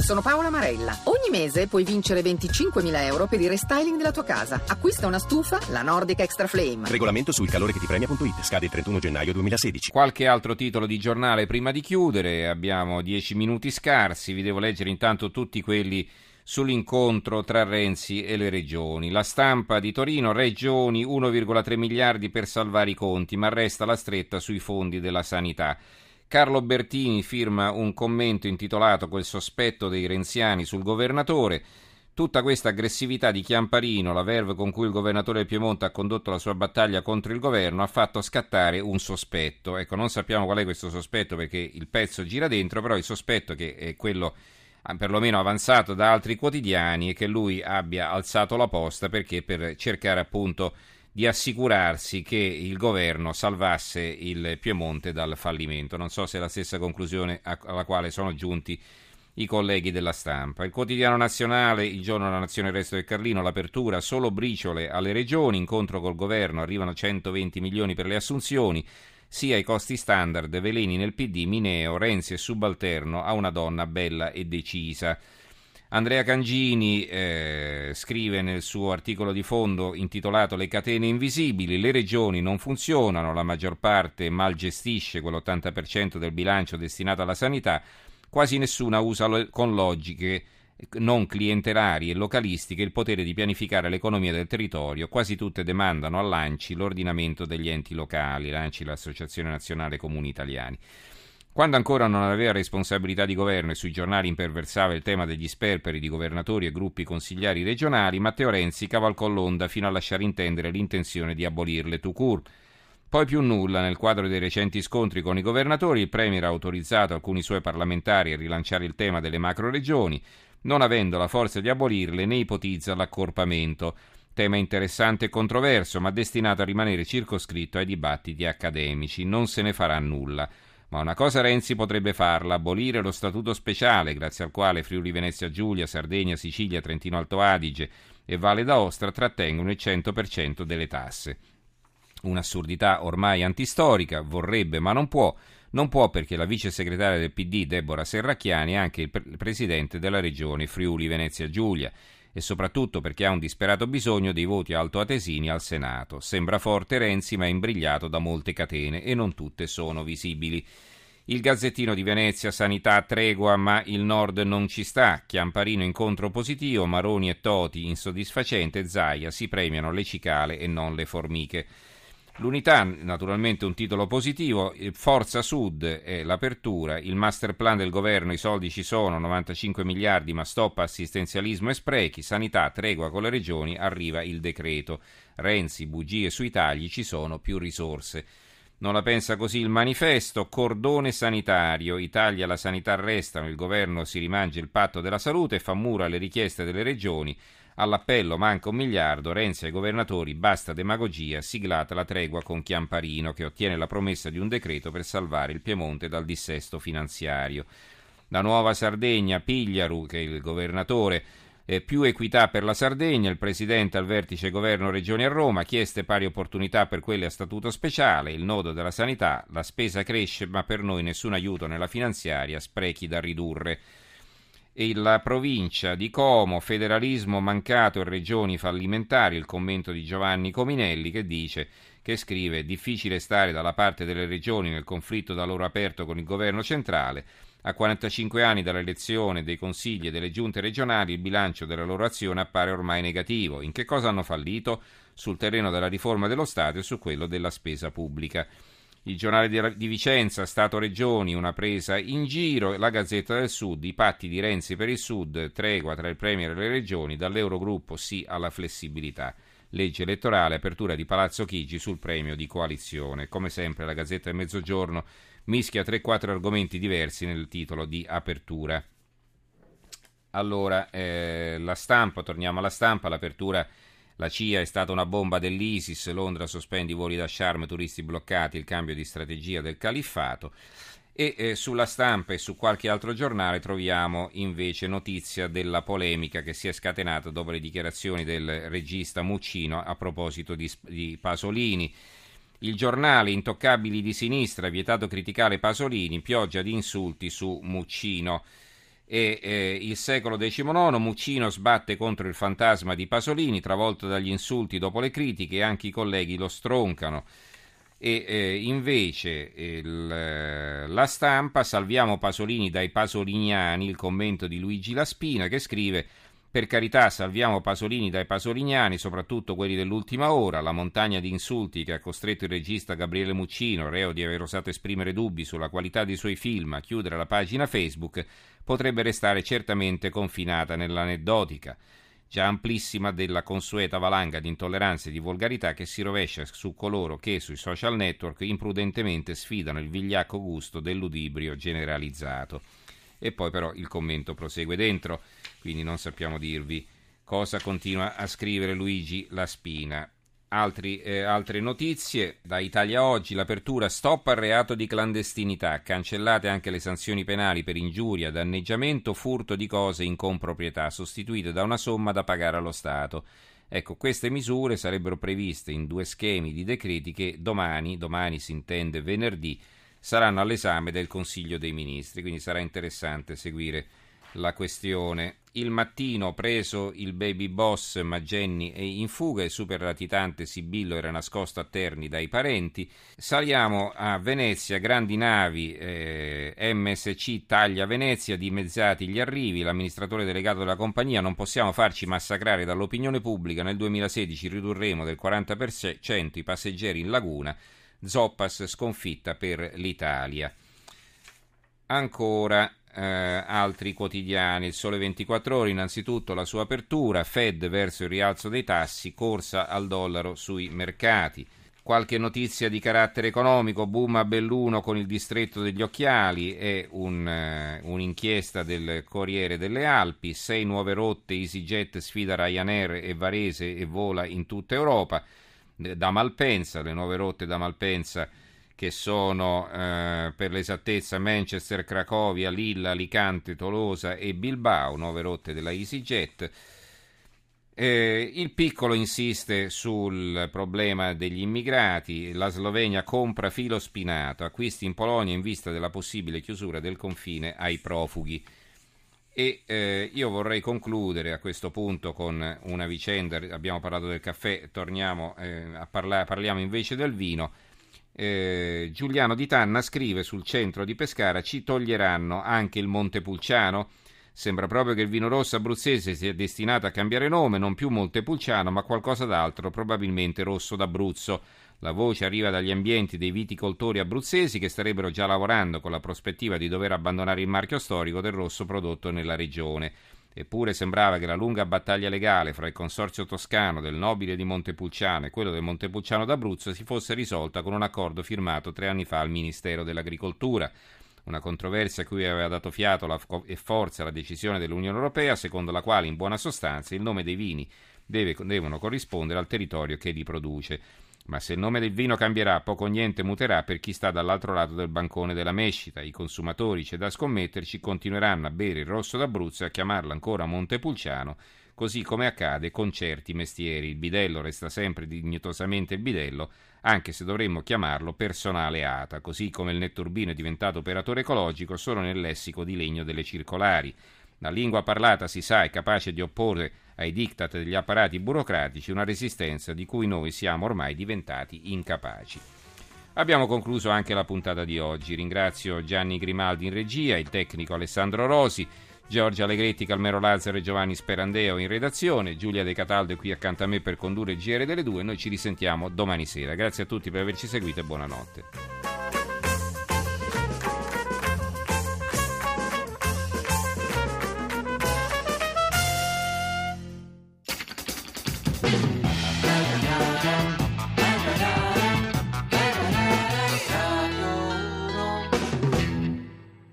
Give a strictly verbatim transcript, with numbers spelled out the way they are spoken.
sono Paola Marella. Ogni mese puoi vincere venticinquemila euro per il restyling della tua casa. Acquista una stufa, la Nordic Extra Flame. Regolamento sul calore che ti premia punto it. Scade il trentuno gennaio duemilasedici. Qualche altro titolo di giornale prima di chiudere. Abbiamo dieci minuti scarsi. Vi devo leggere intanto tutti quelli sull'incontro tra Renzi e le regioni. La Stampa di Torino: regioni uno virgola tre miliardi per salvare i conti, ma resta la stretta sui fondi della sanità. Carlo Bertini firma un commento intitolato "Quel sospetto dei renziani sul governatore". Tutta questa aggressività di Chiamparino, la verve con cui il governatore del Piemonte ha condotto la sua battaglia contro il governo, ha fatto scattare un sospetto. Ecco, non sappiamo qual è questo sospetto perché il pezzo gira dentro, però il sospetto, che è quello perlomeno avanzato da altri quotidiani, è che lui abbia alzato la posta perché per cercare appunto di assicurarsi che il governo salvasse il Piemonte dal fallimento. Non so se è la stessa conclusione alla quale sono giunti i colleghi della Stampa. Il Quotidiano Nazionale, Il Giorno della Nazione, Il Resto del Carlino: l'apertura, solo briciole alle regioni, incontro col governo, arrivano centoventi milioni per le assunzioni, sia i costi standard, veleni nel P D, Mineo, Renzi è subalterno a una donna bella e decisa. Andrea Cangini eh, scrive nel suo articolo di fondo intitolato "Le catene invisibili", le regioni non funzionano, la maggior parte mal gestisce quell'ottanta per cento del bilancio destinato alla sanità, quasi nessuna usa lo- con logiche non clientelari e localistiche il potere di pianificare l'economia del territorio, quasi tutte demandano all'ANCI l'ordinamento degli enti locali, l'ANCI, l'Associazione Nazionale Comuni Italiani. Quando ancora non aveva responsabilità di governo e sui giornali imperversava il tema degli sperperi di governatori e gruppi consigliari regionali, Matteo Renzi cavalcò l'onda fino a lasciare intendere l'intenzione di abolirle tout court. Poi più nulla. Nel quadro dei recenti scontri con i governatori, il Premier ha autorizzato alcuni suoi parlamentari a rilanciare il tema delle macroregioni, non avendo la forza di abolirle ne ipotizza l'accorpamento. Tema interessante e controverso, ma destinato a rimanere circoscritto ai dibattiti accademici. Non se ne farà nulla. Ma una cosa Renzi potrebbe farla: abolire lo statuto speciale, grazie al quale Friuli Venezia Giulia, Sardegna, Sicilia, Trentino Alto Adige e Valle d'Aosta trattengono il cento per cento delle tasse. Un'assurdità ormai antistorica, vorrebbe ma non può. Non può perché la vice segretaria del P D, Deborah Serracchiani, è anche il, pre- il presidente della regione Friuli Venezia Giulia, e soprattutto perché ha un disperato bisogno dei voti altoatesini al Senato. Sembra forte Renzi, ma è imbrigliato da molte catene e non tutte sono visibili. Il Gazzettino di Venezia: sanità, tregua, ma il Nord non ci sta. Chiamparino incontro positivo, Maroni e Toti insoddisfacente, Zaia si premiano le cicale e non le formiche. L'Unità, naturalmente un titolo positivo: Forza Sud è l'apertura, il master plan del governo, i soldi ci sono, novantacinque miliardi, ma stop assistenzialismo e sprechi, sanità, tregua con le regioni, arriva il decreto. Renzi, bugie sui tagli, ci sono più risorse. Non la pensa così il Manifesto: cordone sanitario, Italia la sanità restano, il governo si rimangia il patto della salute e fa muro alle richieste delle regioni. All'appello manca un miliardo, Renzi ai governatori: basta demagogia, siglata la tregua con Chiamparino, che ottiene la promessa di un decreto per salvare il Piemonte dal dissesto finanziario. La Nuova Sardegna, Pigliaru, che è il governatore, eh, più equità per la Sardegna, il presidente al vertice governo regioni a Roma, chieste pari opportunità per quelle a statuto speciale, il nodo della sanità, la spesa cresce ma per noi nessun aiuto nella finanziaria, sprechi da ridurre. E la provincia di Como: federalismo mancato e regioni fallimentari, il commento di Giovanni Cominelli, che dice, che scrive: difficile stare dalla parte delle regioni nel conflitto da loro aperto con il governo centrale. A quarantacinque anni dall'elezione dei consigli e delle giunte regionali il bilancio della loro azione appare ormai negativo. In che cosa hanno fallito? Sul terreno della riforma dello Stato e su quello della spesa pubblica. Il Giornale di Vicenza: Stato-Regioni, una presa in giro. La Gazzetta del Sud: i patti di Renzi per il Sud, tregua tra il Premier e le regioni, dall'Eurogruppo sì alla flessibilità. Legge elettorale, apertura di Palazzo Chigi sul premio di coalizione. Come sempre la Gazzetta del Mezzogiorno mischia tre quattro argomenti diversi nel titolo di apertura. Allora, eh, la Stampa, torniamo alla Stampa, l'apertura: la C I A è stata una bomba dell'ISIS, Londra sospende i voli da Sharm, turisti bloccati, il cambio di strategia del califfato. E eh, sulla Stampa e su qualche altro giornale troviamo invece notizia della polemica che si è scatenata dopo le dichiarazioni del regista Muccino a proposito di, di Pasolini. Il Giornale: intoccabili di sinistra, vietato criticare Pasolini, pioggia di insulti su Muccino. E eh, il secolo diciannove, Muccino sbatte contro il fantasma di Pasolini, travolto dagli insulti dopo le critiche, anche i colleghi lo stroncano. E eh, invece il, La Stampa, salviamo Pasolini dai pasoliniani, il commento di Luigi La Spina, che scrive: per carità, salviamo Pasolini dai pasoliniani, soprattutto quelli dell'ultima ora. La montagna di insulti che ha costretto il regista Gabriele Muccino, reo di aver osato esprimere dubbi sulla qualità dei suoi film, a chiudere la pagina Facebook, potrebbe restare certamente confinata nell'aneddotica, già amplissima della consueta valanga di intolleranza e di volgarità che si rovescia su coloro che sui social network imprudentemente sfidano il vigliacco gusto del ludibrio generalizzato. E poi però il commento prosegue dentro, quindi non sappiamo dirvi cosa continua a scrivere Luigi La Spina. Altri, eh, altre notizie da Italia Oggi: l'apertura, stop al reato di clandestinità, cancellate anche le sanzioni penali per ingiuria, danneggiamento, furto di cose in comproprietà, sostituite da una somma da pagare allo Stato. Ecco, queste misure sarebbero previste in due schemi di decreti che domani, domani si intende venerdì, saranno all'esame del Consiglio dei Ministri, quindi sarà interessante seguire la questione. Il Mattino, preso il baby boss, Maggenni è in fuga, il super latitante Sibillo era nascosto a Terni dai parenti. Saliamo a Venezia, grandi navi, eh, M S C taglia Venezia, dimezzati gli arrivi, l'amministratore delegato della compagnia: non possiamo farci massacrare dall'opinione pubblica, nel duemilasedici ridurremo del quaranta per cento i passeggeri in laguna. Zoppas sconfitta per l'Italia. Ancora eh, altri quotidiani. Il Sole ventiquattro Ore, innanzitutto la sua apertura, Fed verso il rialzo dei tassi, corsa al dollaro sui mercati. Qualche notizia di carattere economico: boom a Belluno con il distretto degli occhiali, è un, uh, un'inchiesta del Corriere delle Alpi. Sei nuove rotte, EasyJet sfida Ryanair e Varese e vola in tutta Europa. Da Malpensa, le nuove rotte da Malpensa, che sono eh, per l'esattezza Manchester, Cracovia, Lilla, Alicante, Tolosa e Bilbao, nuove rotte della EasyJet. Eh, il Piccolo insiste sul problema degli immigrati, la Slovenia compra filo spinato, acquisti in Polonia in vista della possibile chiusura del confine ai profughi. E eh, io vorrei concludere a questo punto con una vicenda. Abbiamo parlato del caffè, torniamo eh, a parlare, parliamo invece del vino. Eh, Giuliano Di Tanna scrive sul Centro di Pescara: ci toglieranno anche il Montepulciano? Sembra proprio che il vino rosso abruzzese sia destinato a cambiare nome, non più Montepulciano ma qualcosa d'altro, probabilmente Rosso d'Abruzzo. La voce arriva dagli ambienti dei viticoltori abruzzesi, che starebbero già lavorando con la prospettiva di dover abbandonare il marchio storico del rosso prodotto nella regione. Eppure sembrava che la lunga battaglia legale fra il consorzio toscano del Nobile di Montepulciano e quello del Montepulciano d'Abruzzo si fosse risolta con un accordo firmato tre anni fa al Ministero dell'Agricoltura. Una controversia a cui aveva dato fiato la, e forza la decisione dell'Unione Europea, secondo la quale in buona sostanza il nome dei vini deve, devono corrispondere al territorio che li produce. Ma se il nome del vino cambierà, poco o niente muterà per chi sta dall'altro lato del bancone della mescita. I consumatori, c'è da scommetterci, continueranno a bere il Rosso d'Abruzzo e a chiamarlo ancora Montepulciano, così come accade con certi mestieri. Il bidello resta sempre dignitosamente il bidello, anche se dovremmo chiamarlo personale A T A, così come il netturbino è diventato operatore ecologico solo nel lessico di legno delle circolari. La lingua parlata, si sa, è capace di opporre ai diktat degli apparati burocratici una resistenza di cui noi siamo ormai diventati incapaci. Abbiamo concluso anche la puntata di oggi. Ringrazio Gianni Grimaldi in regia, il tecnico Alessandro Rosi, Giorgia Allegretti, Calmero Lazzaro e Giovanni Sperandeo in redazione. Giulia De Cataldo è qui accanto a me per condurre il G R delle due. Noi ci risentiamo domani sera. Grazie a tutti per averci seguito e buonanotte.